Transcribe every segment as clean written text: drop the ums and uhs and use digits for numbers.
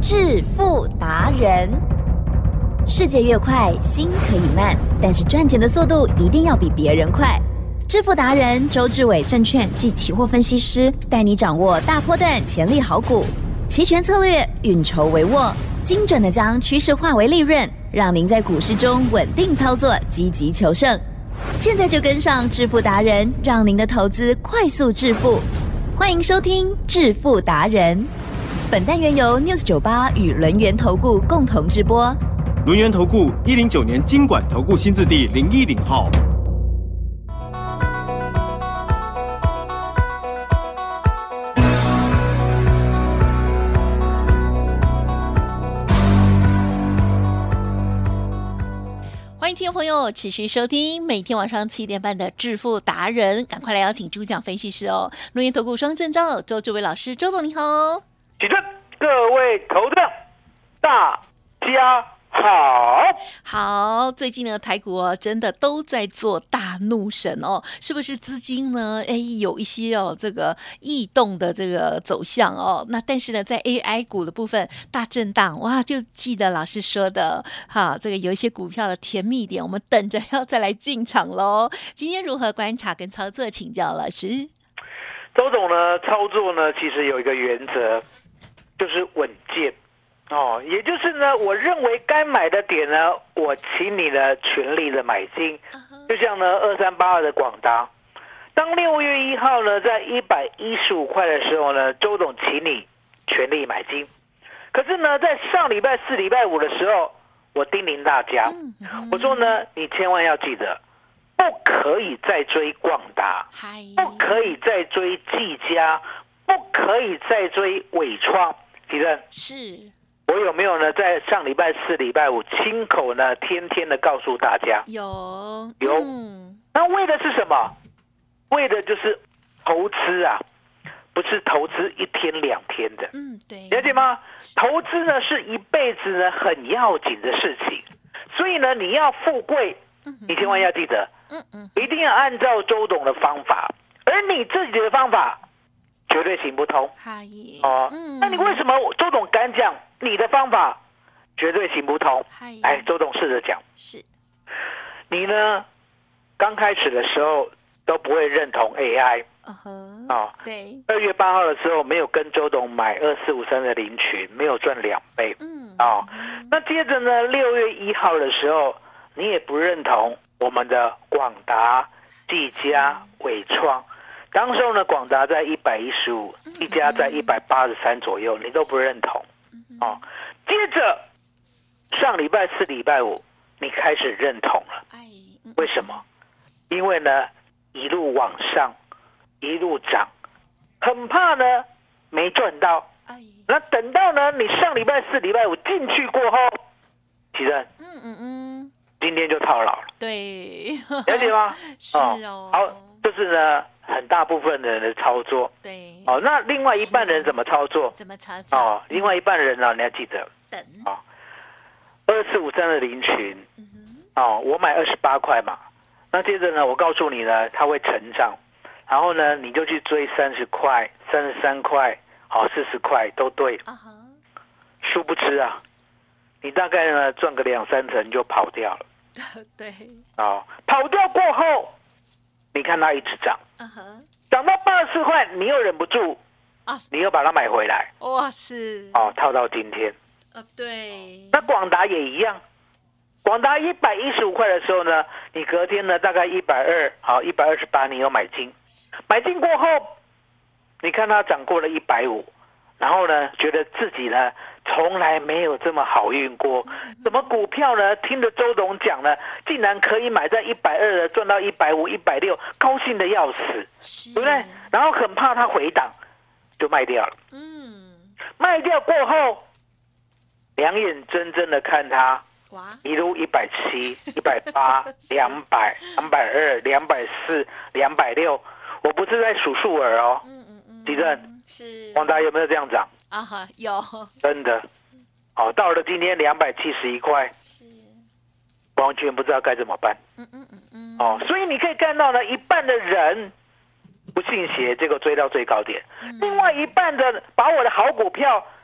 致富达人。世界越快，心可以慢，但是赚钱的速度一定要比别人快。致富达人周志伟证券及期货分析师带你掌握大波段潜力好股，期权策略运筹帷幄，精准的将趋势化为利润，让您在股市中稳定操作，积极求胜。现在就跟上致富达人，让您的投资快速致富。欢迎收听致富达人。本单元由 News98 与轮源投顾共同直播。 轮源投顾109年金管投顾新字第010号。 欢迎听众朋友持续收听每天晚上7点半的致富达人，赶快来邀请主讲分析师哦，轮源投顾双证照周志伟老师，周总你好。 起身，各位投资者大家好，最近呢台股真的都在做大怒神哦，是不是资金呢有一些这个异动的这个走向哦？那但是呢在 AI 股的部分大震荡，哇，就记得老师说的这个有一些股票的甜蜜点，我们等着要再来进场咯。今天如何观察跟操作，请教老师。 周总呢操作呢其实有一个原则，就是稳健也就是呢，我认为该买的点呢，我请你呢全力的买进。就像呢2382的广达，当6月1号呢在115块的时候呢，周董请你全力买进。可是呢，在上礼拜4、礼拜5的时候，我叮咛大家，我说呢，你千万要记得，不可以再追广达，不可以再追技嘉，不可以再追伟创。提正是。 我有没有呢？在上礼拜4、礼拜5亲口呢，天天的告诉大家， 有。 那为的是什么？为的就是投资啊，不是投资1天2天的。 对， 了解吗？投资呢是一辈子呢很要紧的事情，所以呢你要富贵，你千万要记得，一定要按照周董的方法，而你自己的方法绝对行不通。那你为什么周董敢讲你的方法绝对行不通？来，周董试着讲。 是， 你呢刚开始的时候都不会认同 AI。 对。 2月8号的时候没有跟周董买2453的林群，没有赚2倍。那接着呢6月1号的时候，你也不认同我们的广达、技嘉、伟创。当时候呢，广达在115，技嘉在183左右，你都不认同。接着上礼拜4、礼拜5，你开始认同了。为什么？因为呢，一路往上，一路涨，很怕呢没赚到。那等到呢，你上礼拜4、礼拜5进去过后，其实今天就套牢了。 对， 了解吗？ 是哦。 好，这是呢很大部分的人的操作。 对。 那另外一半人怎么操作？另外一半人呢，你要记得。 等。 2453的林群，我买28块嘛。那接着呢，我告诉你呢，它会成长，然后呢，你就去追30块、33块、40块都对。殊不知啊，你大概呢赚个2-3成就跑掉了。 对。 跑掉过后，你看它一直涨，涨到84块，你又忍不住，你又把它买回来。 哇，是。 套到今天。 对。 那广达也一样，广达115块的时候呢，你隔天呢大概120， 128你有买进，买进过后，你看它涨过了150，然后呢觉得自己呢从来没有这么好运过，什么股票呢听着周董讲呢，竟然可以买在120的赚到150、160，高兴的要死，对不对？然后很怕它回档，就卖掉了。卖掉过后，两眼睁睁的看它一路170、180、200、220、240、260，我不是在数数耳哦。地震是广达有没有这样涨？ 有， 真的。到了今天271块， 是完全不知道该怎么办。所以你可以看到呢，一半的人不信邪，结果追到最高点；另外一半的把我的好股票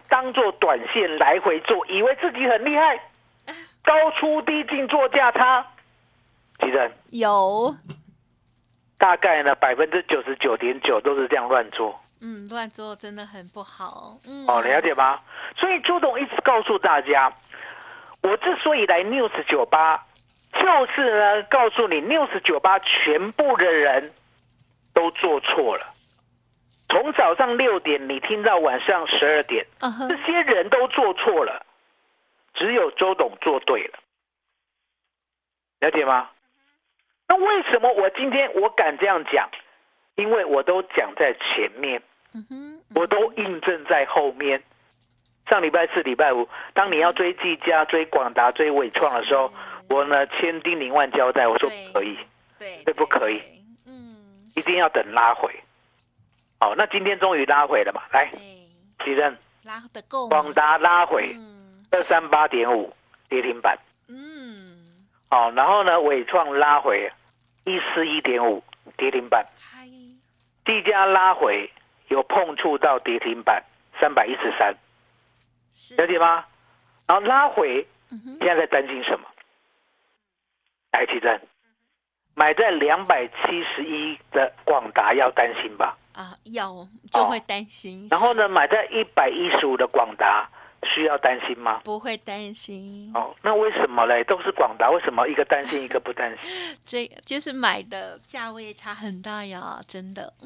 当做短线来回做，以为自己很厉害，高出低进做价差。其实有， 大概呢99.9%都是这样乱做。 乱做真的很不好。 了解吗？所以周董一直告诉大家，我之所以来 News 98，就是呢告诉你 News 98全部的人都做错了。从早上6点你听到晚上12点，这些人都做错了，只有周董做对了。了解吗？那为什么我今天我敢这样讲？因为我都讲在前面，我都印证在后面。上礼拜四、礼拜五，当你要追技嘉、追广达、追伟创的时候，我呢千叮咛万交代，我说不可以，对，不可以，一定要等拉回。好，那今天终于拉回了嘛？来，奇正拉得够， 广达拉回238.5跌停板，好，然后呢伟创拉回141.5跌停板，技嘉拉回有碰触到跌停板313，了解吗？然后拉回，现在在担心什么？来，奇正，买在271的广达要担心吧？ 要就会担心。 然后呢，买在115的广达需要担心吗？ 不会担心。 那为什么嘞？都是广达，为什么一个担心一个不担心？ 这就是买的价位差很大呀，真的。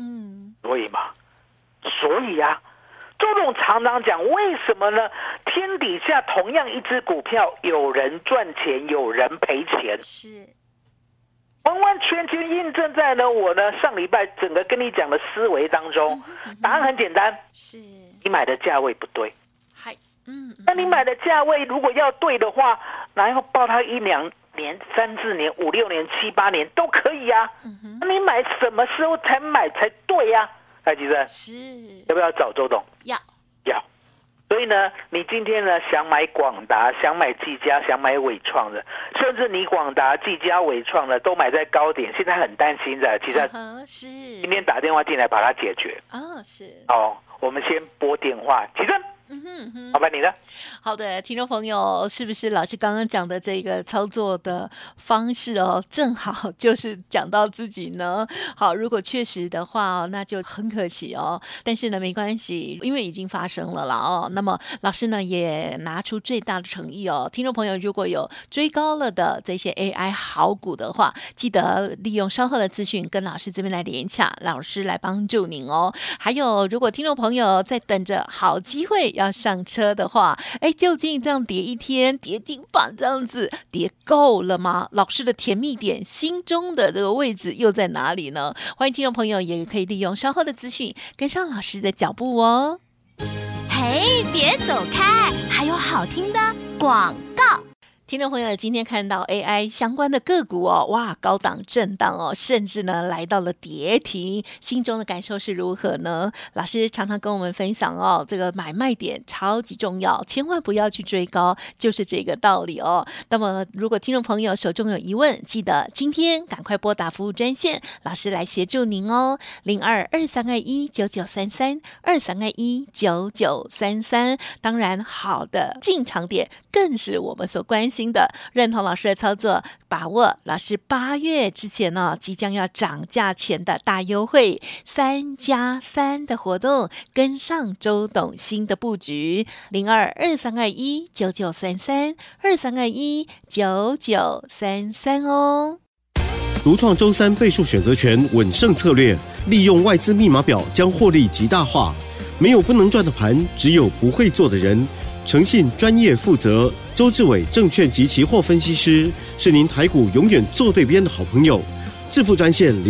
所以啊，周董常常讲，为什么呢？天底下同样一只股票，有人赚钱，有人赔钱， 是完完全全印证在呢我呢上礼拜整个跟你讲的思维当中。答案很简单， 是你买的价位不对。 那你买的价位如果要对的话，然后报它1、2年、3、4年、5、6年、7、8年都可以啊。那你买什么时候才买才对呀？蔡先生， 是要不要找周董？ 要。 所以呢，你今天呢想买广达、想买技嘉、想买伟创的，甚至你广达、技嘉、伟创的都买在高点，现在很担心的。其实是今天打电话进来把它解决。 是我们先拨电话，起身。老板，你呢？ 好的，听众朋友，是不是老师刚刚讲的这个操作的方式正好就是讲到自己呢？好，如果确实的话那就很可惜但是呢，没关系，因为已经发生了啦那么老师呢也拿出最大的诚意听众朋友，如果有追高了的这些 AI 好股的话，记得利用稍后的资讯跟老师这边来联洽，老师来帮助您还有，如果听众朋友在等着好机会要上车的话，究竟这样跌一天跌停板这样子跌够了吗？老师的甜蜜点心中的这个位置又在哪里呢？欢迎听众朋友也可以利用稍后的资讯跟上老师的脚步嘿，别走开，还有好听的广告。 听众朋友，今天看到 AI 相关的个股哇，高档震荡甚至呢来到了跌停，心中的感受是如何呢？老师常常跟我们分享这个买卖点超级重要，千万不要去追高，就是这个道理那么如果听众朋友手中有疑问，记得今天赶快拨打服务专线，老师来协助您0223219933，23219933。当然，好的进场点更是我们所关心的，认同老师的操作，把握老师8月之前即将要涨价前的大优惠3+3的活动，跟上周董新的布局0223219933，23219933 独创周3倍数选择权稳胜策略，利用外资密码表将获利极大化。没有不能赚的盘，只有不会做的人。诚信、专业、负责，周志伟证券及期货分析师是您台股永远坐对边的好朋友。致富专线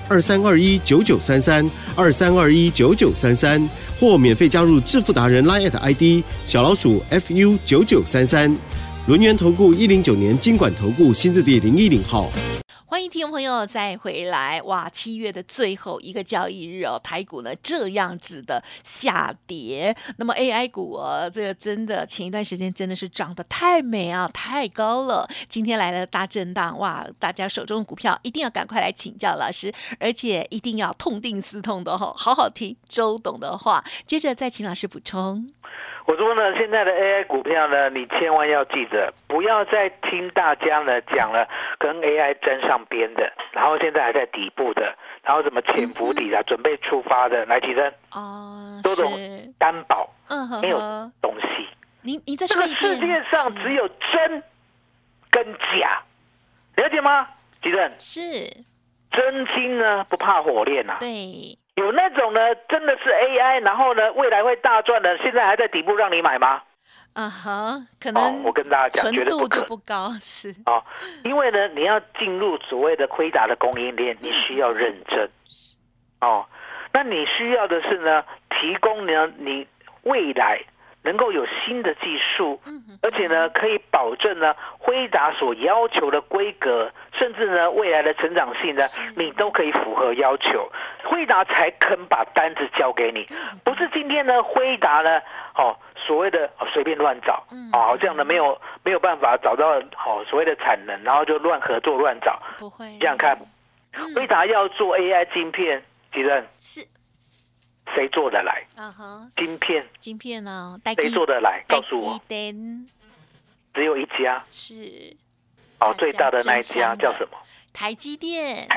0223219933，23219933，或免费加入致富达人 LINE@ ID 小老鼠 FU9933。轮源投顾109年金管投顾新字第010号。 欢迎听众朋友再回来。哇，7月的最后一个交易日台股呢这样子的下跌，那么 AI 股这个真的前一段时间真的是涨得太美太高了，今天来了大震荡，哇，大家手中的股票一定要赶快来请教老师，而且一定要痛定思痛的好好听周董的话。接着再请老师补充。 我说呢，现在的 AI 股票呢，你千万要记得，不要再听大家呢讲了跟 AI 沾上边的，然后现在还在底部的，然后什么潜伏底啊，准备出发的，来，吉珍，都懂担保，没有东西。 你再这个说一遍。 世界上只有真跟假，了解吗？吉珍， 是真金呢不怕火炼啊。 对， 有那种呢，真的是 AI， 然后呢，未来会大赚的，现在还在底部让你买吗？ 可能我跟大家讲， 纯度就不高，是因为呢，你要进入所谓的辉达的供应链，你需要认证那你需要的是呢，提供呢你未来能够有新的技术，而且呢可以保证呢辉达所要求的规格，甚至呢未来的成长性呢，你都可以符合要求，辉达才肯把单子交给你，不是今天呢辉达呢所谓的随便乱找，好像呢没有办法找到所谓的产能，然后就乱合作乱找， 不会这样看，辉达要做 AI 晶片，吉任是。 谁做得来？晶片呢？ 谁做得来？告诉我。只有一家。 是。 最大的那一家叫什么？ 台积电。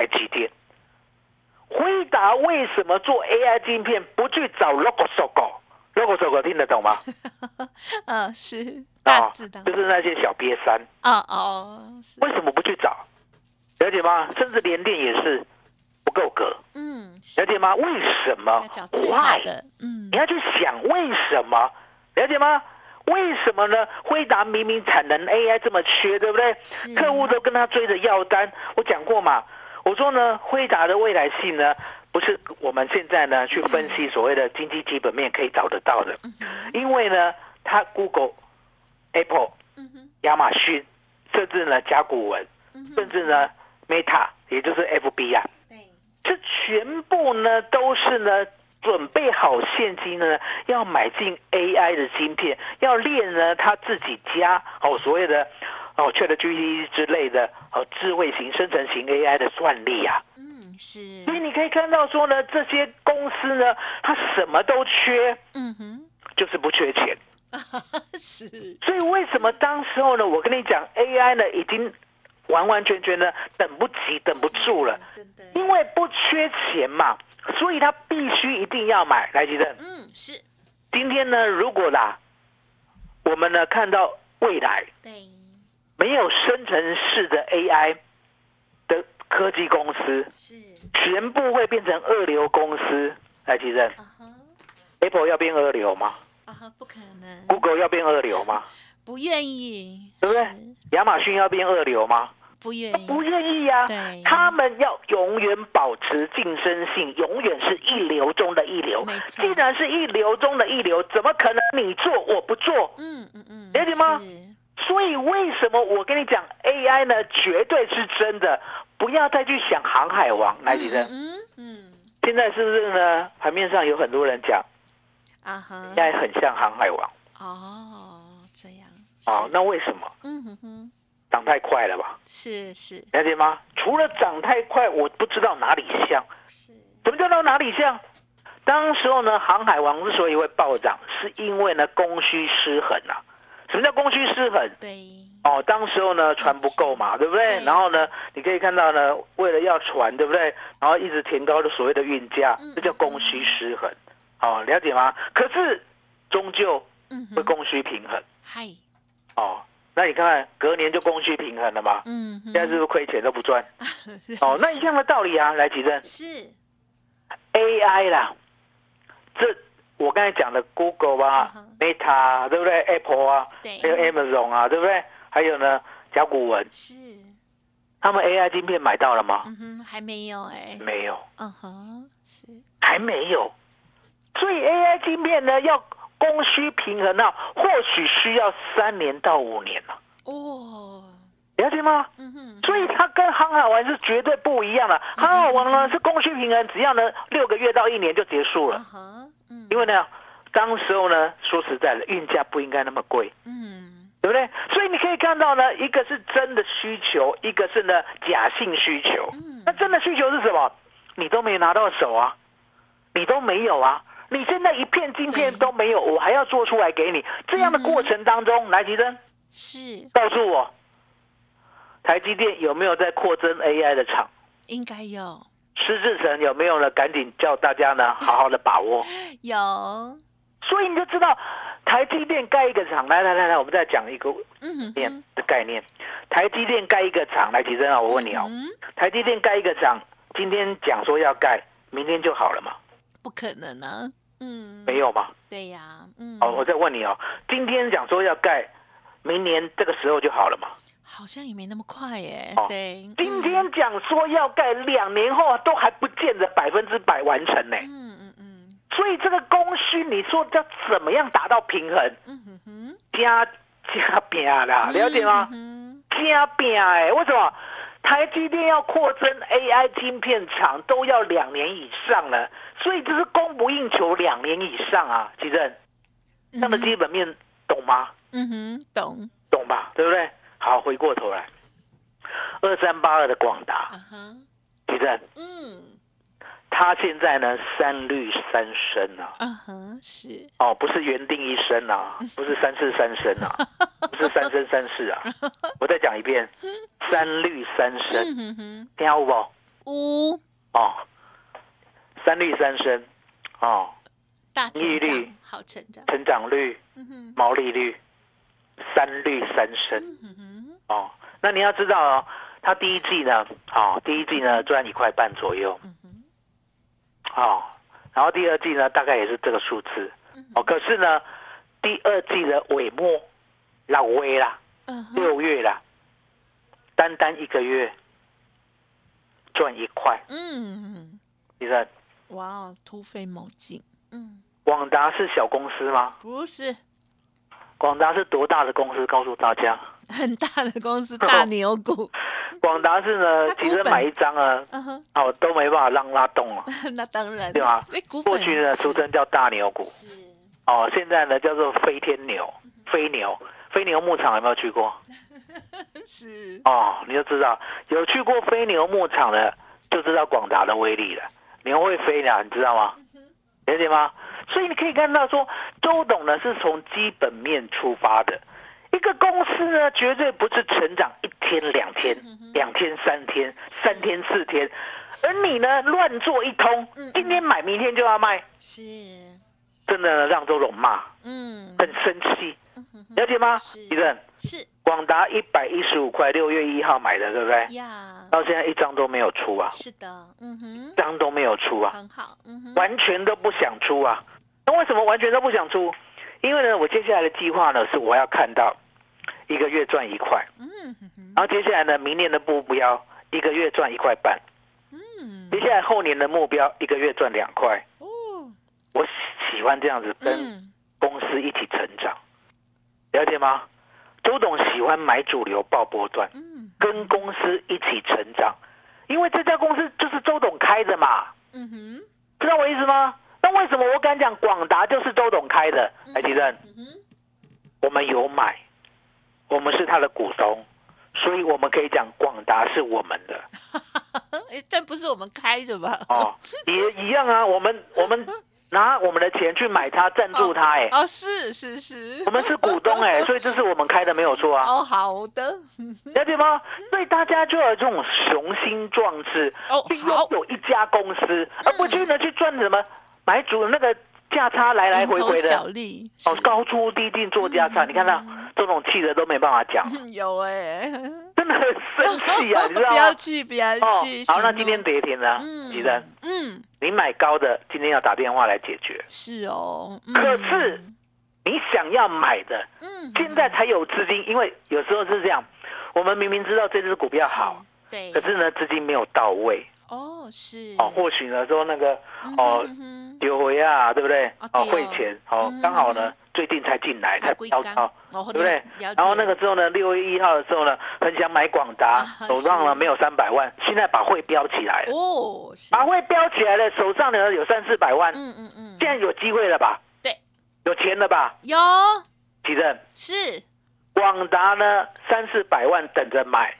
辉达为什么做 AI 晶片不去找 Logo 听得懂吗？ 是。大致的。 就是那些小瘪三。为什么不去找？了解吗？甚至联电也是。不够格，了解吗？为什么 ？Why？ 你要去想为什么，了解吗？为什么呢？辉达明明产能 AI 这么缺，对不对？客户都跟他追着要单。我讲过嘛，我说呢，辉达的未来性呢，不是我们现在呢去分析所谓的经济基本面可以找得到的，因为呢，它 Google、Apple、亚马逊，甚至呢甲骨文，甚至呢 Meta， 也就是 FB 啊。这全部呢都是呢准备好现金呢，要买进 AI 的晶片，要练呢他自己家所谓的ChatGPT 之类的智慧型生成型 AI 的算力啊。 是。 所以你可以看到说呢，这些公司呢，它什么都缺，就是不缺钱。 是。 所以为什么当时候呢，我跟你讲 AI 呢已经完完全全呢等不及等不住了，因为不缺钱嘛，所以他必须一定要买。来，吉正， 是。 今天呢，如果我们呢看到未来没有生成式的 AI 的科技公司，是全部会变成二流公司。来，吉正，Apple 要变二流吗？ 不可能。 Google 要变二流吗？ 不愿意， 对不对？亚马逊要变二流吗？ 不愿意， 不愿意啊！他们要永远保持竞争性，永远是一流中的一流。既然是一流中的一流，怎么可能你做我不做？了解吗？所以为什么我跟你讲 AI 呢？绝对是真的，不要再去想航海王。来，吉生，现在是不是呢？盘面上有很多人讲，AI 很像航海王。 这样。 那为什么？涨太快了吧？ 是， 了解吗？除了涨太快，我不知道哪里像。什么叫做哪里像？当时候呢，航海王之所以会暴涨，是因为呢供需失衡啊。什么叫供需失衡？当时候呢船不够嘛，对不对？然后呢，你可以看到呢，为了要船，对不对？然后一直填高的所谓的运价，这叫供需失衡。了解吗？可是终究会供需平衡。那你看看隔年就供需平衡了嘛？现在是不是亏钱都不赚？那一样的道理啊，来，吉正， 是 AI 啦，这我刚才讲的 Google 啊、Meta 对不对 ？Apple 啊，还有 Amazon 啊，对不对？还有呢，甲骨文， 是他们 AI 晶片买到了吗？ 还没有没有， 是还没有，所以 AI 晶片呢要供需平衡啊，或许需要3年到5年了。了解吗？所以它跟航海王是绝对不一样的。航海王呢是供需平衡，只要呢6个月到1年就结束了。因为呢，当时候呢，说实在的，运价不应该那么贵。对不对？所以你可以看到呢，一个是真的需求，一个是呢假性需求。那真的需求是什么？你都没拿到手啊，你都没有啊。 你现在一片晶片都没有，我还要做出来给你。这样的过程当中，来，奇珍是告诉我，台积电有没有在扩增 AI 的厂？ 应该有， 施志成有没有呢？赶紧叫大家呢好好的把握。 有， 所以你就知道台积电盖一个厂，来，我们再讲一个念的概念。台积电盖一个厂，来，奇珍啊，我问你哦，台积电盖一个厂，今天讲说要盖，明天就好了吗？ 不可能啊， 没有吗？ 对呀， 我再问你哦，今天讲说要盖，明年这个时候就好了吗？ 好像也没那么快耶。对， 今天讲说要盖，2年后都还不见得100%完成呢。所以这个供需，你说要怎么样达到平衡？加拼啦，了解吗？加拼哎，为什么？台积电要扩增 AI 晶片厂都要2年以上了，所以这是供不应求2年以上啊，奇正，这样的基本面懂吗？懂吧，对不对？好，回过头来，2382的广达，奇正，它现在呢3率3升啊， 是不是原定1升啊，不是3次3升啊，不是3升3次啊，我再讲一遍，3率3升，听有不？ 有 3率3升， 大成长，好成长， 成长率，毛利率，3率3升，那你要知道哦，它第一季呢赚1块半左右。然后第二季呢，大概也是这个数字。可是呢，第二季的尾末，6月啦，6月啦，单1个月赚1块。你看， 哇，突飞猛进。 广达是小公司吗？ 不是， 广达是多大的公司？告诉大家。 很大的公司，大牛股。 广达是呢，其实买一张啊，都没办法让它动了。 那当然， 对吧？过去呢，俗称叫大牛股。现在呢叫做飞天牛、飞牛牧场有没有去过？ 是。 你就知道有去过飞牛牧场的，就知道广达的威力了。牛会飞的，你知道吗？了解吗？所以你可以看到说，周董呢是从基本面出发的。一个公司呢，绝对不是成长1天2天、2天3天、3天4天，而你呢乱做一通，今天买明天就要卖， 是， 真的让周董骂，很生气，了解吗？李正是， 广达115块，6月1号买的，对不对？到现在1张都没有出啊， 是的 ，1张都没有出啊， 很好， 完全都不想出啊。那为什么完全都不想出？因为呢，我接下来的计划呢，是我要看到1个月赚1块，然后接下来呢，明年的目标1个月赚1块半，接下来后年的目标1个月赚2块。我喜欢这样子跟公司一起成长，了解吗？周董喜欢买主流爆波段，跟公司一起成长，因为这家公司就是周董开的嘛，知道我意思吗？那为什么我敢讲广达就是周董开的？来，奇正，我们有买，我们是他的股东，所以我们可以讲广达是我们的。 但不是我们开的吧？ 也一样啊，我们拿我们的钱去买它，赞助它， 是， 我们是股东所以这是我们开的，没有错啊。 好的， 了解吗？所以大家就有这种雄心壮志，去拥有一家公司，而不去呢去赚什么买主那个价差来回的小利高出低进做价差，你看到这种气的都没办法讲， 有真的很生气啊，你知道吗？ 不要去。 好，那今天跌停了，奇珍，你买高的，今天要打电话来解决。 是哦， 可是你想要买的，现在才有资金，因为有时候是这样，我们明明知道这只股票好， 对， 可是呢资金没有到位。 是或许呢说那个丢回啊，对不对？汇钱刚好呢最近才进来才飙高，对不对？然后那个时候呢6月1号的时候呢，很想买广达，手上呢没有300万，现在把汇飙起来了，把汇飙起来了，手上呢有300-400万，现在有机会了吧？ 对， 有钱了吧？ 有， 奇正是广达呢300-400万等着买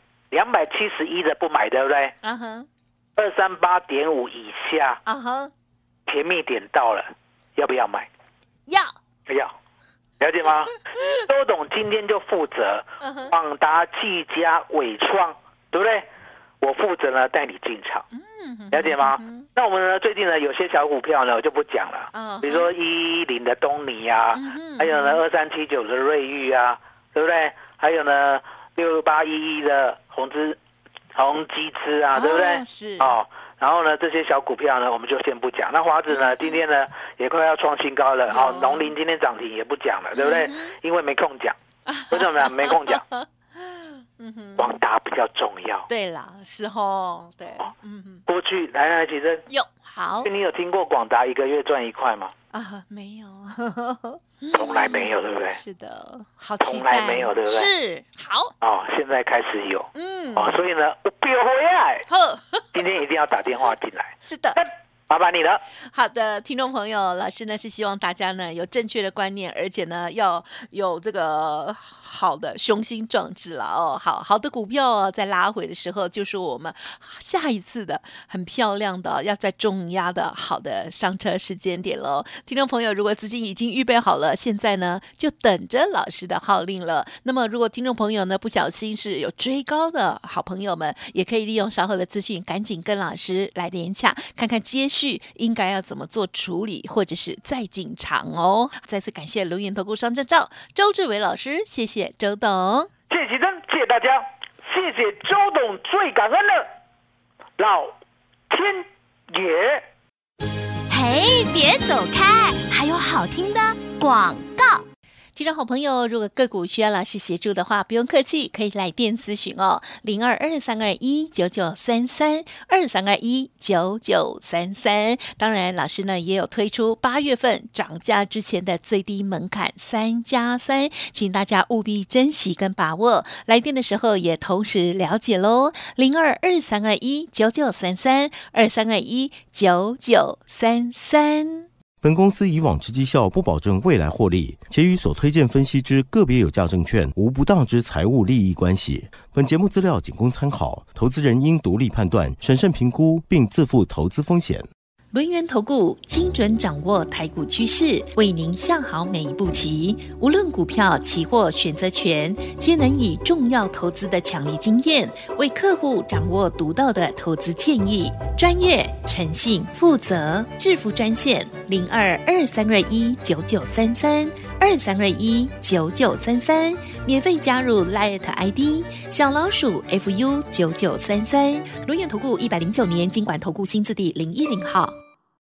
，271的不买，对不对？238.5以下，甜蜜点到了， 要不要买？ 要， 了解吗？周董今天就负责广达、技嘉、伟创，对不对？我负责呢带你进场，了解吗？那我们呢最近呢有些小股票呢我就不讲了，比如说110的东尼啊，还有呢2379的瑞昱啊，对不对？还有呢6811的宏基资啊，对不对？ 是然后呢这些小股票呢我们就先不讲。那华指呢今天呢也快要创新高了，农林今天涨停也不讲了，对不对？因为没空讲。为什么呢？没空讲。广达比较重要。 对啦，是吼，对。 过去来其实有好， 你有听过广达1个月赚1块吗？ 没有， 从来没有，对不对？ 是的，好期待， 从来没有，对不对？ 是好现在开始有，所以呢，我别回来，今天一定要打电话进来。 是的。 麻烦你了。 好的，听众朋友，老师呢是希望大家呢有正确的观念，而且呢要有这个好的雄心壮志了好的股票在拉回的时候，就是我们下一次的很漂亮的要在重压的好的上车时间点喽。听众朋友，如果资金已经预备好了，现在呢就等着老师的号令了。那么如果听众朋友呢不小心是有追高的好朋友们，也可以利用稍后的资讯，赶紧跟老师来联洽，看看接续应该要怎么做处理，或者是再进场哦。再次感谢轮源投顾商证照周志伟老师，谢谢周董， 谢谢真，谢谢大家，谢谢周董，最感恩的老天爷。 嘿，别走开，还有好听的广告。 听众好朋友，如果个股需要老师协助的话，不用客气，可以来电咨询哦，0223219933，23219933。当然，老师呢也有推出8月份涨价之前的最低门槛3+3，请大家务必珍惜跟把握。来电的时候也同时了解喽，0223219933，23219933。 本公司以往之绩效不保证未来获利，且与所推荐分析之个别有价证券无不当之财务利益关系。本节目资料仅供参考，投资人应独立判断、审慎评估，并自负投资风险。 轮源投顾精准掌握台股趋势，为您下好每一步棋。无论股票、期货、选择权，皆能以重要投资的强力经验，为客户掌握独到的投资建议。专业、诚信、负责，致富专线0223219933，23219933，免费加入 LINE ID 小老鼠 FU9933。轮源投顾109年金管投顾新字第010号。